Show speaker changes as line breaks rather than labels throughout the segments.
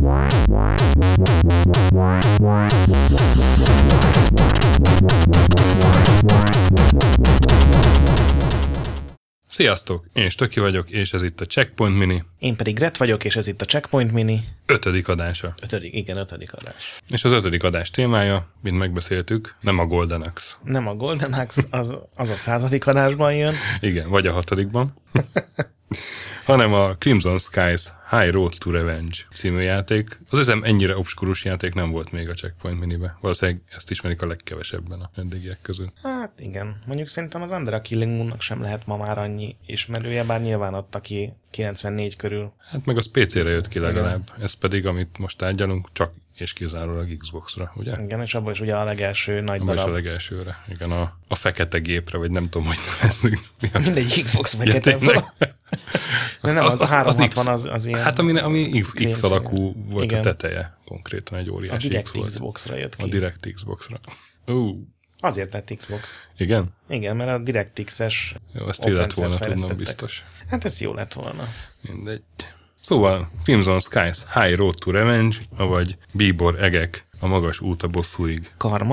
Sziasztok! Én Stöki vagyok, és ez itt a Checkpoint Mini.
Én pedig Gret vagyok, és ez itt a Checkpoint Mini.
5. adása.
5. adás.
És az 5. adás témája, mint megbeszéltük, nem a Golden Axe.
Nem a Golden Axe, az a 100. adásban jön.
Igen, vagy a 6. hanem a Crimson Skies High Road to Revenge című játék. Az hiszem ennyire obskurus játék nem volt még a Checkpoint Minibe. Valószínűleg ezt ismerik a legkevesebben a eddigiek közül.
Hát igen. Mondjuk szerintem az Under a Killing Moonnak sem lehet ma már annyi ismerője, bár nyilván adta ki 94 körül.
Hát meg az PC-re jött ki legalább. Ez pedig, amit most tárgyalunk, csak és kizárólag Xbox-ra, ugye?
Igen, és abban is ugye a legelső nagy darab.
Abban is a legelsőre. Igen, a fekete gépre, vagy nem tudom, hogy nevezzük.
Mindegy Xbox fekete van. De nem, az a 360 az ilyen...
Hát ami X alakú volt
igen.
A teteje, konkrétan egy óriási
A Direct
X volt.
Xbox-ra jött ki.
A Direct Xbox-ra.
Azért lett Xbox.
Igen?
Igen, mert a DirectX-es
jó, ezt illet volna tudnom biztos.
Hát ez jó lett volna.
Mindegy. Szóval Crimson Skies High Road to Revenge, avagy Bíbor egek a magas út a bosszúig.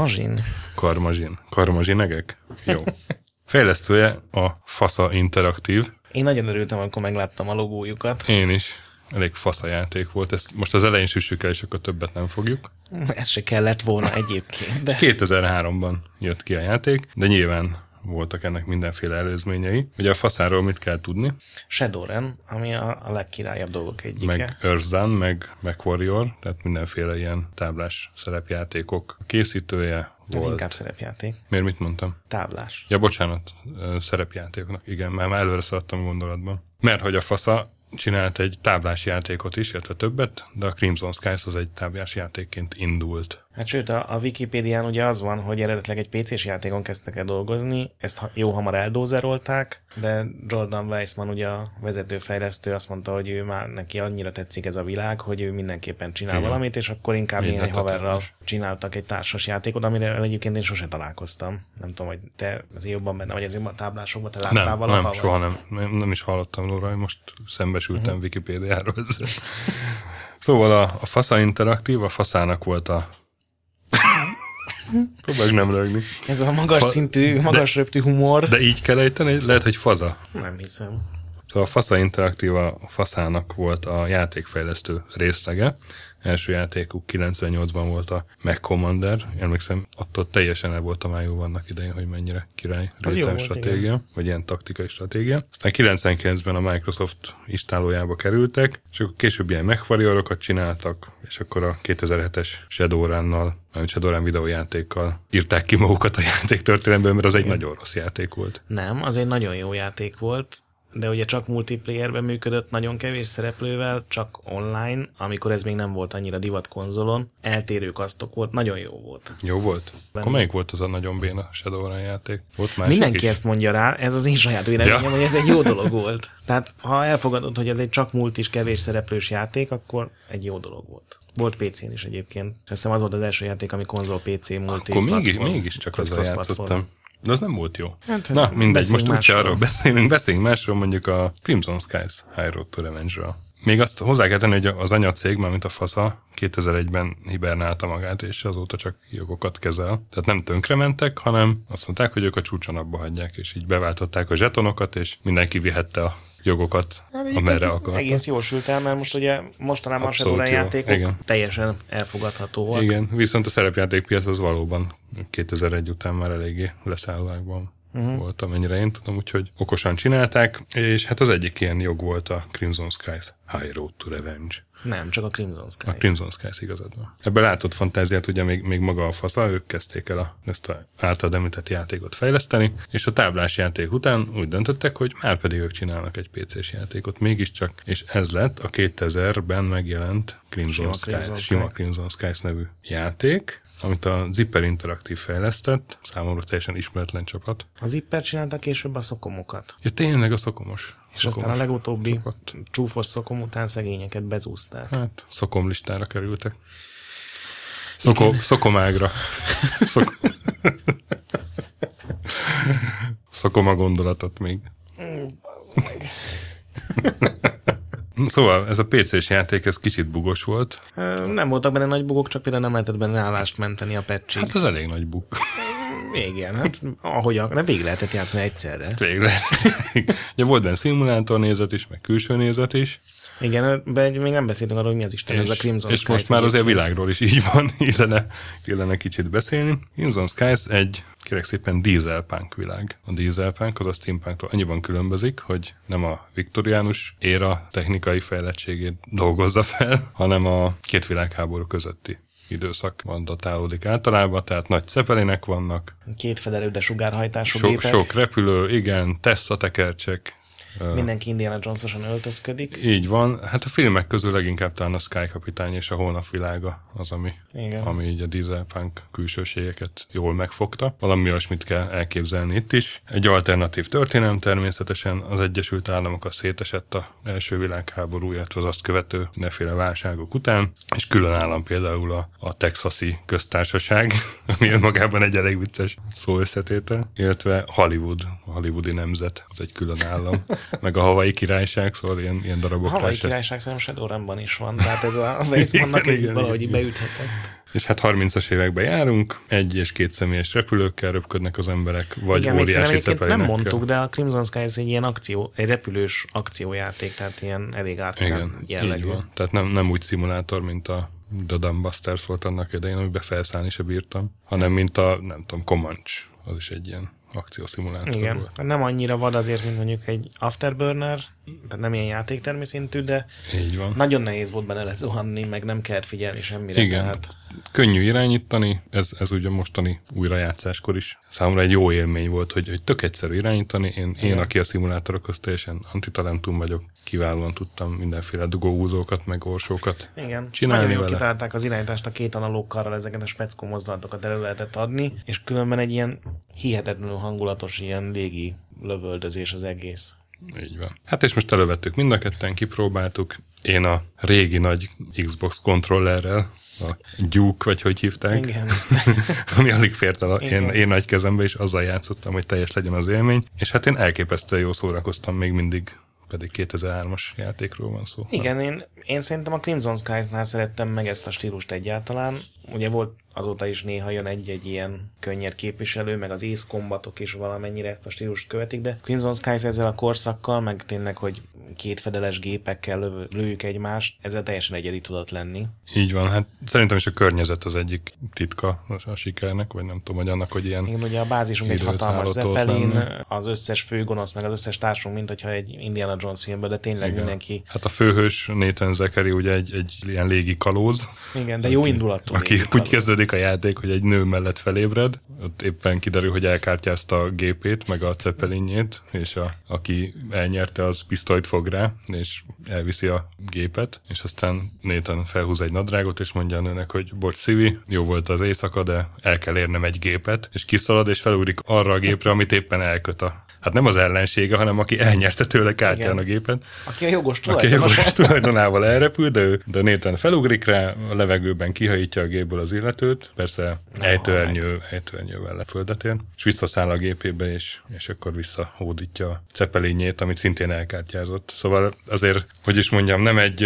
Karmazsin egek? Jó. Fejlesztője a Fasza Interactive.
Én nagyon örültem, amikor megláttam a logójukat.
Én is. Elég fasza játék volt. Ezt most az elején süssük el, és akkor többet nem fogjuk.
Ez se kellett volna egyébként. De...
2003-ban jött ki a játék, de nyilván voltak ennek mindenféle előzményei. Ugye a faszáról mit kell tudni?
Shadowrun, ami a legkirályabb dolgok egyike.
Meg Earthdawn, meg MechWarrior, tehát mindenféle ilyen táblás szerepjátékok. A készítője volt.
Ez inkább szerepjáték.
Miért mit mondtam?
Táblás.
Ja, bocsánat, szerepjátékoknak. Igen, már előre szaladtam a gondolatban. Mert hogy a fasza csinált egy táblás játékot is, illetve többet, de a Crimson Skies az egy táblás játékként indult.
Hát sőt, a Wikipédián ugye az van, hogy eredetileg egy PC-s játékon kezdtek el dolgozni, ezt jó hamar eldózerolták, de Jordan Weissman, ugye a vezetőfejlesztő azt mondta, hogy ő már neki annyira tetszik ez a világ, hogy ő mindenképpen csinál igen. valamit, és akkor inkább néhány haverral csináltak egy társas játékot, amire egyébként én sose találkoztam. Nem tudom, hogy te azért jobban benne vagy ezért a táblásokban, te láttál valaha?
Nem, soha nem is hallottam róla, hogy most szembesültem Wikipédiáról. Szóval a Fasza Interactive, a faszának volt a próbálj nem rögni.
Ez a magas szintű, magas röptű humor.
De így kell ejteni? Lehet, hogy faza?
Nem hiszem.
Szóval a Fasza Interactive a faszának volt a játékfejlesztő részlege. Első játékuk 98-ban volt a Mech Commander. Emlékszem, attól teljesen el voltam májú annak idején, hogy mennyire király real-time stratégia, vagy ilyen taktikai stratégia. Aztán 99-ben a Microsoft istálójába kerültek, és akkor később ilyen MechWarrior-okat csináltak, és akkor a 2007-es Shadowrun-nal, mármint Shadowrun videójátékkal írták ki magukat a játék történelemből, mert az egy nagyon rossz játék volt.
Nem, az egy nagyon jó játék volt, de ugye csak multiplayerben működött, nagyon kevés szereplővel, csak online, amikor ez még nem volt annyira divat konzolon. Eltérő kasztok volt, nagyon jó volt.
Jó volt? Akkor melyik volt az a nagyon béna Shadowrun játék? Volt
mindenki
is?
ezt mondja rá, ez az én saját véleményem, hogy ez egy jó dolog volt. Tehát ha elfogadod, hogy ez egy csak multis, kevés szereplős játék, akkor egy jó dolog volt. Volt PC-n is egyébként. Azt hiszem az volt az első játék, ami konzol PC multi
akkor mégis csak azzal játszottam. De az nem volt jó. Hát, na, mindegy, most úgyse arról beszélünk másról, mondjuk a Crimson Skies High Road to Revenge-ről. Még azt hozzá kell tenni, hogy az anyacég, mármint a Fasza, 2001-ben hibernálta magát, és azóta csak jogokat kezel. Tehát nem tönkrementek, hanem azt mondták, hogy ők a csúcson abba hagyják, és így beváltották a zsetonokat, és mindenki vihette a jogokat, amerre akarta.
Egész jól sült el, mert most ugye mostanában a Shadowrun játékok igen. teljesen elfogadhatóak.
Igen, viszont a szerepjátékpiac az valóban 2001 után már eléggé leszállásban volt, amennyire én tudom, úgyhogy okosan csinálták, és hát az egyik ilyen jog volt a Crimson Skies High Road to Revenge.
Nem, csak a Crimson Skies.
A Crimson Skies igazad van. Ebben látott fantáziát, ugye még maga a fasza, ők kezdték el ezt a általad említett játékot fejleszteni, és a táblás játék után úgy döntöttek, hogy már pedig ők csinálnak egy PC-s játékot mégiscsak, és ez lett a 2000-ben megjelent sima Crimson Skies nevű játék, amit a Zipper Interactive fejlesztett, számomra teljesen ismeretlen csapat.
A Zipper csinálta később a szokomokat.
Ja, tényleg a szokomos.
És aztán a legutóbbi csapat. Csúfos szokom után szegényeket bezúzták.
Hát, szokomlistára kerültek. Szokomágra. Szokom a gondolatot még. Szóval ez a PC-s játék, ez kicsit bugos volt.
Nem voltak benne nagy bugok, csak például nem lehetett benne állást menteni a patchig.
Hát ez elég nagy bug.
Igen, hát nem végig lehetett játszani egyszerre.
Végre. Ugye volt benne szimulátor nézet is, meg külső nézet is.
Igen, de még nem beszéltünk arról, hogy mi az Isten, ez a Crimson
Skies. És most már azért a világról is így van, illene kicsit beszélni. Crimson Skies egy, kérek szépen, dieselpunk világ. A dieselpunk az a steampunktól annyiban különbözik, hogy nem a viktoriánus éra technikai fejlettségét dolgozza fel, hanem a két világháború közötti időszakban datálódik általában, tehát nagy cepelinek vannak.
Két fedelő, de sugárhajtású gépek.
Sok repülő, igen, Tesla tekercsek.
Mindenki Indiana Jones-osan öltözködik.
Így van. Hát a filmek közül leginkább talán a Sky kapitány és a Holnap világa az, ami így a dieselpunk külsőségeket jól megfogta. Valami olyasmit kell elképzelni itt is. Egy alternatív történelem természetesen. Az Egyesült Államok az szétesett az első világháború, illetve az azt követő mindenféle válságok után, és külön állam például a texasi köztársaság, ami önmagában egy elég vicces szóösszetétel, illetve Hollywood, a hollywoodi nemzet, az egy külön állam. Meg a Hawaii királyság, szóval ilyen darabok.
A Hawaii királyság szerintem Shadowrunban is van, tehát ez a Weissmannak valahogy beüthetett.
És hát 30-as években járunk, 1- és 2 személyes repülőkkel röpködnek az emberek, vagy
igen,
óriási cepelinekkel.
Nem mondtuk, de a Crimson Skies egy ilyen egy repülős akciójáték, tehát ilyen elég árkán jellegű.
Így van. Tehát nem úgy szimulátor, mint a The Dumbusters volt annak idején, amiben felszállni se bírtam, hanem mint a, nem tudom, Comanche, az is egy ilyen akciószimulátor
igen.
volt.
Nem annyira vad azért, mint mondjuk egy Afterburner, tehát nem ilyen játéktermi szintű, de
így van.
Nagyon nehéz volt benne lezuhanni, meg nem kellett figyelni semmire.
Igen. Tehát... Könnyű irányítani, ez ugye mostani újrajátszáskor is számomra egy jó élmény volt, hogy tök egyszerű irányítani. Én aki a szimulátorokhoz teljesen antitalentum vagyok, kiválóan tudtam mindenféle dugóhúzókat, meg orsókat csinálni
nagyon
vele.
Kitalálták az irányítást a két analóg karral, ezeket a speckó mozdulatokat elő lehetett adni, és különben egy ilyen hihetetlenül hangulatos, ilyen légi lövöldözés az egész.
Így van. Hát és most elővettük mind a ketten, kipróbáltuk. Én a régi nagy Xbox kontrollerrel, a Duke, vagy hogy hívták,
igen.
ami alig fért el én nagy kezembe, és azzal játszottam, hogy teljes legyen az élmény. És hát én elképesztően jól szórakoztam még mindig, pedig 2003-as játékról van szó.
Igen, én szerintem a Crimson Skies-nál szerettem meg ezt a stílust egyáltalán. Ugye volt azóta is néha jön egy egy könnyed képviselő, meg az Ace Combatok is valamennyire ezt a stílust követik, de Crimson Skies ezzel a korszakkal, meg tényleg, hogy kétfedeles gépekkel lőjük egymást, ezzel teljesen egyedi tudott lenni.
Így van, hát szerintem is a környezet az egyik titka a sikernek, vagy nem tudom, hogy annak, hogy ilyen...
Igen, ugye a bázisunk egy hatalmas Zeppelin, az összes főgonosz, meg az összes társunk, mint hogyha egy Indiana Jones filmből, de tényleg igen. Mindenki...
Hát a főhős Nathan Zachary ugye egy ilyen légi kalóz.
Igen, de jó indulatú.
Aki úgy kezdődik a játék, hogy egy nő mellett felébred, ott éppen kiderül, hogy elkártyázta a gépét, meg a Zeppelinjét, és aki elnyerte, az pisztolyt fog rá, és elviszi a gépet, és aztán Nathan felhúz egy nadrágot, és mondja a nőnek, hogy bocs, Szivi, jó volt az éjszaka, de el kell érnem egy gépet, és kiszalad, és felugrik arra a gépre, amit éppen elköt hát nem az ellensége, hanem aki elnyerte tőle kártyán a gépet.
Aki a jogos
tulajdonával elrepül, de Nathan felugrik rá, a levegőben kihajítja a gépből az illetőt, persze ejtőernyővel leföldet ér, és visszaszáll a gépébe, és akkor visszahódítja a Zeppelinjét, amit szintén elkártyázott. Szóval azért, hogy is mondjam, nem egy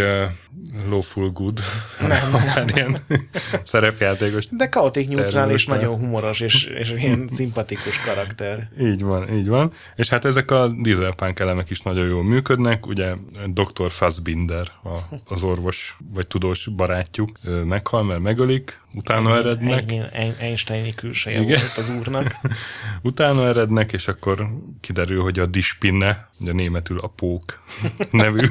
lawful good, hanem ilyen szerepjátékos.
De kaotik, neutrál és nagyon humoros, és ilyen szimpatikus karakter.
Így van. És hát ezek a dieselpunk elemek is nagyon jól működnek, ugye Dr. Fassbinder, az orvos vagy tudós barátjuk, meghal, mert megölik, utána erednek.
Einsteini külseje volt az úrnak.
Utána erednek, és akkor kiderül, hogy a Dispinne, ugye németül a Pók nevű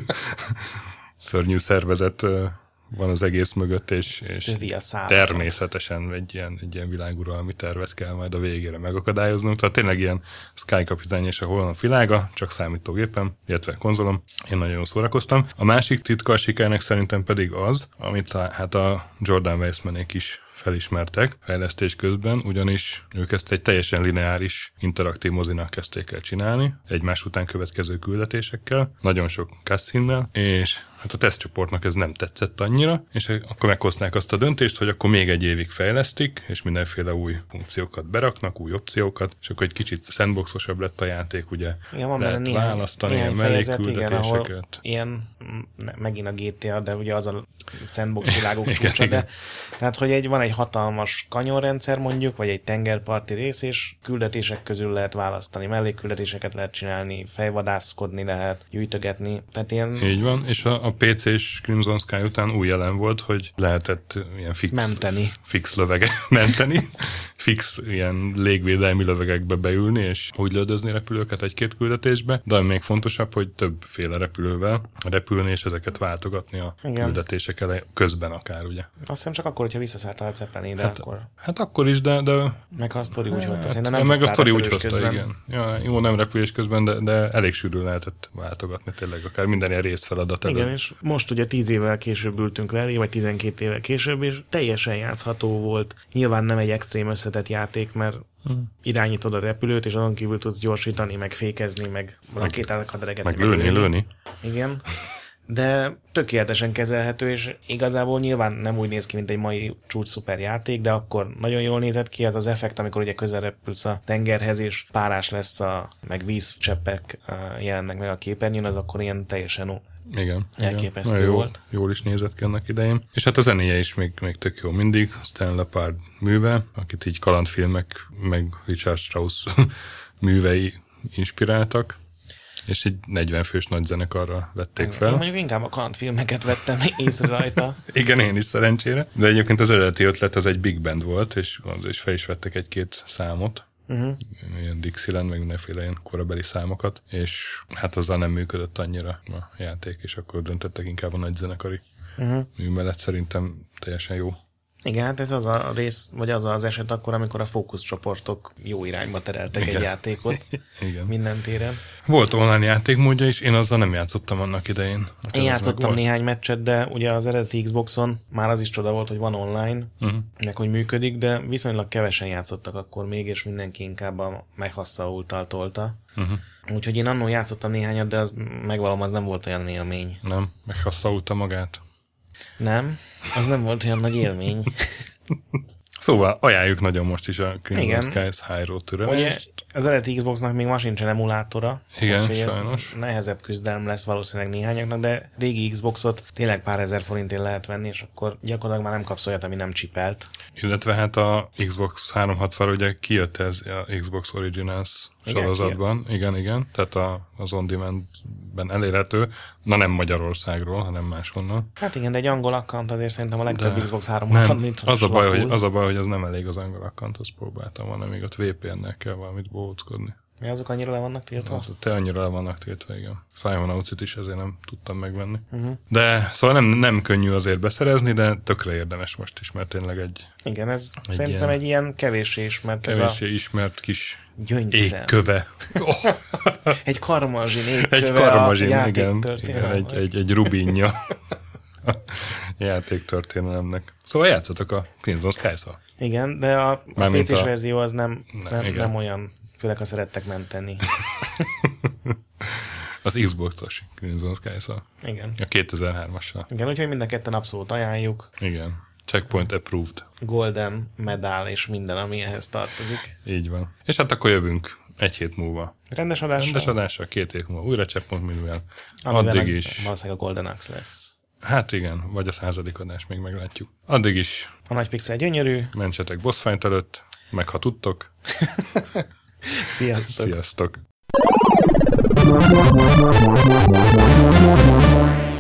szörnyű szervezet van az egész mögött, és természetesen egy ilyen világuralmi tervet kell majd a végére megakadályoznunk. Tehát tényleg ilyen Sky kapitány és a Holnap világa, csak számítógépen, illetve konzolom. Én nagyon jól szórakoztam. A másik titka a sikernek szerintem pedig az, amit a Jordan Weissmanék is felismertek fejlesztés közben, ugyanis ők ezt egy teljesen lineáris, interaktív mozinak kezdték el csinálni, egymás után következő küldetésekkel, nagyon sok cutscene-nel, és hát a tesztcsoportnak ez nem tetszett annyira, és akkor meghozták azt a döntést, hogy akkor még egy évig fejlesztik, és mindenféle új funkciókat beraknak, új opciókat, és akkor egy kicsit sandboxosabb lett a játék, ugye
Igen,
lehet választani ilyen mellékküldetéseket.
Ilyen, megint a GTA, de ugye az a sandbox világok csúcsa, de tehát, hogy van egy hatalmas kanyonrendszer mondjuk, vagy egy tengerparti rész, és küldetések közül lehet választani, mellékküldetéseket lehet csinálni, fejvadászkodni lehet, gyűjtögetni, tehát ilyen...
Így van, és a PC-s Crimson Sky után új jelen volt, hogy lehetett ilyen fix lövege menteni, fix ilyen légvédelmi lövegekbe beülni, és úgy lődözni repülőket egy-két küldetésbe, de még fontosabb, hogy többféle repülővel repülni, és ezeket váltogatni a küldetések közben akár, ugye.
Azt hiszem csak akkor, hogyha visszaszálltál a Zeppelinre, akkor...
Hát akkor is, de...
Meg a sztori úgy hozta, szerintem
nem meg a sztori úgy hozta, igen. Ja, jó, nem repülés közben, de elég sűrűn lehetett váltogatni tényleg, akár minden ilyen részfeladat.
Igen, és most ugye 10 évvel később ültünk le, vagy 12 évvel később, és teljesen játszható volt. Nyilván nem egy extrém összetett játék, mert irányítod a repülőt, és azon kívül tudsz gyorsítani, meg fékezni, meg rakétákat regetni.
Meg lőni.
Igen. De tökéletesen kezelhető, és igazából nyilván nem úgy néz ki, mint egy mai csúcs szuper játék, de akkor nagyon jól nézett ki az effekt, amikor ugye közel repülsz a tengerhez, és párás lesz meg vízcseppek jelennek meg a képernyőn, az akkor ilyen teljesen
igen,
elképesztő volt.
Jól is nézett ki annak idején. És hát a zenéje is még tök jó mindig. Stan Lepard műve, akit így kalandfilmek, meg Richard Strauss művei inspiráltak. És egy 40 fős nagy zenekarra vették fel.
Én mondjuk inkább a kalandfilmeket vettem észre rajta.
Igen, én is szerencsére. De egyébként az eredeti ötlet az egy big band volt, és fel is vettek egy-két számot. Ilyen Dixieland, meg mindenféle ilyen korabeli számokat, és hát azzal nem működött annyira a játék, és akkor döntöttek inkább a nagy zenekari mű mellett, szerintem teljesen jó.
Igen, hát ez az a rész, vagy az az eset akkor, amikor a fókuszcsoportok jó irányba tereltek egy játékot.
Igen.
Minden téren.
Volt online játékmódja is, én azzal nem játszottam annak idején.
Én játszottam néhány meccset, de ugye az eredeti Xboxon már az is csoda volt, hogy van online, meg hogy működik, de viszonylag kevesen játszottak akkor még, és mindenki inkább a meghasszaultal tolta. Úgyhogy én annól játszottam néhányat, de megvalom, az nem volt olyan élmény.
Nem, meghasszaulta magát.
Nem, az nem volt olyan nagy élmény.
Szóval ajánljuk nagyon most is a Crimson Skies High Road türelést.
Az eredeti Xboxnak még ma sincsen emulátora.
Igen, sajnos.
Nehezebb küzdelem lesz valószínűleg néhányaknak, de régi Xboxot tényleg pár ezer forintért lehet venni, és akkor gyakorlatilag már nem kapsz olyat, ami nem csipelt.
Illetve hát a Xbox 360 ugye kijött ez a Xbox Originals sorozatban. Igen. Tehát az On Demand-ben elérhető. Na nem Magyarországról, hanem máshonnan.
Hát igen, de egy angol account azért szerintem a legtöbb Xbox 360, mint
az a baj, hogy az nem elég az angol account, azt próbáltam volna, még ott VPN-nel kell valamit bóckodni.
Mi azok annyira le vannak tiltva?
Te annyira le vannak tiltva, igen. Psychonauts-it is ezért nem tudtam megvenni. De szóval nem könnyű azért beszerezni, de tökre érdemes most is, mert tényleg egy...
Igen, ez szerintem egy ilyen kevéssé
ismert kis
gyöngyszem.
Égköve.
Egy karmazsin égköve
egy karmazsin,
a játéktörténelemnek.
Igen, egy rubinja a játéktörténelemnek. Szóval játszatok a Crimson Skies-al.
Igen, de a PC-s verzió az nem olyan, főleg ha szerettek menteni.
Az Xbox-os Crimson Skies-al.
Igen.
A 2003-assal.
Igen, úgyhogy mind a ketten abszolút ajánljuk.
Igen. Checkpoint approved.
Golden medál és minden, ami ehhez tartozik.
Így van. És hát akkor jövünk egy hét múlva.
Rendes adással
2 hét múlva. Újra Checkpoint mivel.
Addig is. Valószínűleg a Golden Axe lesz.
Hát igen, vagy a 100. adás, még meglátjuk. Addig is.
A nagy pixel gyönyörű.
Mentsetek boss fight előtt, meg ha tudtok.
Sziasztok.
Sziasztok.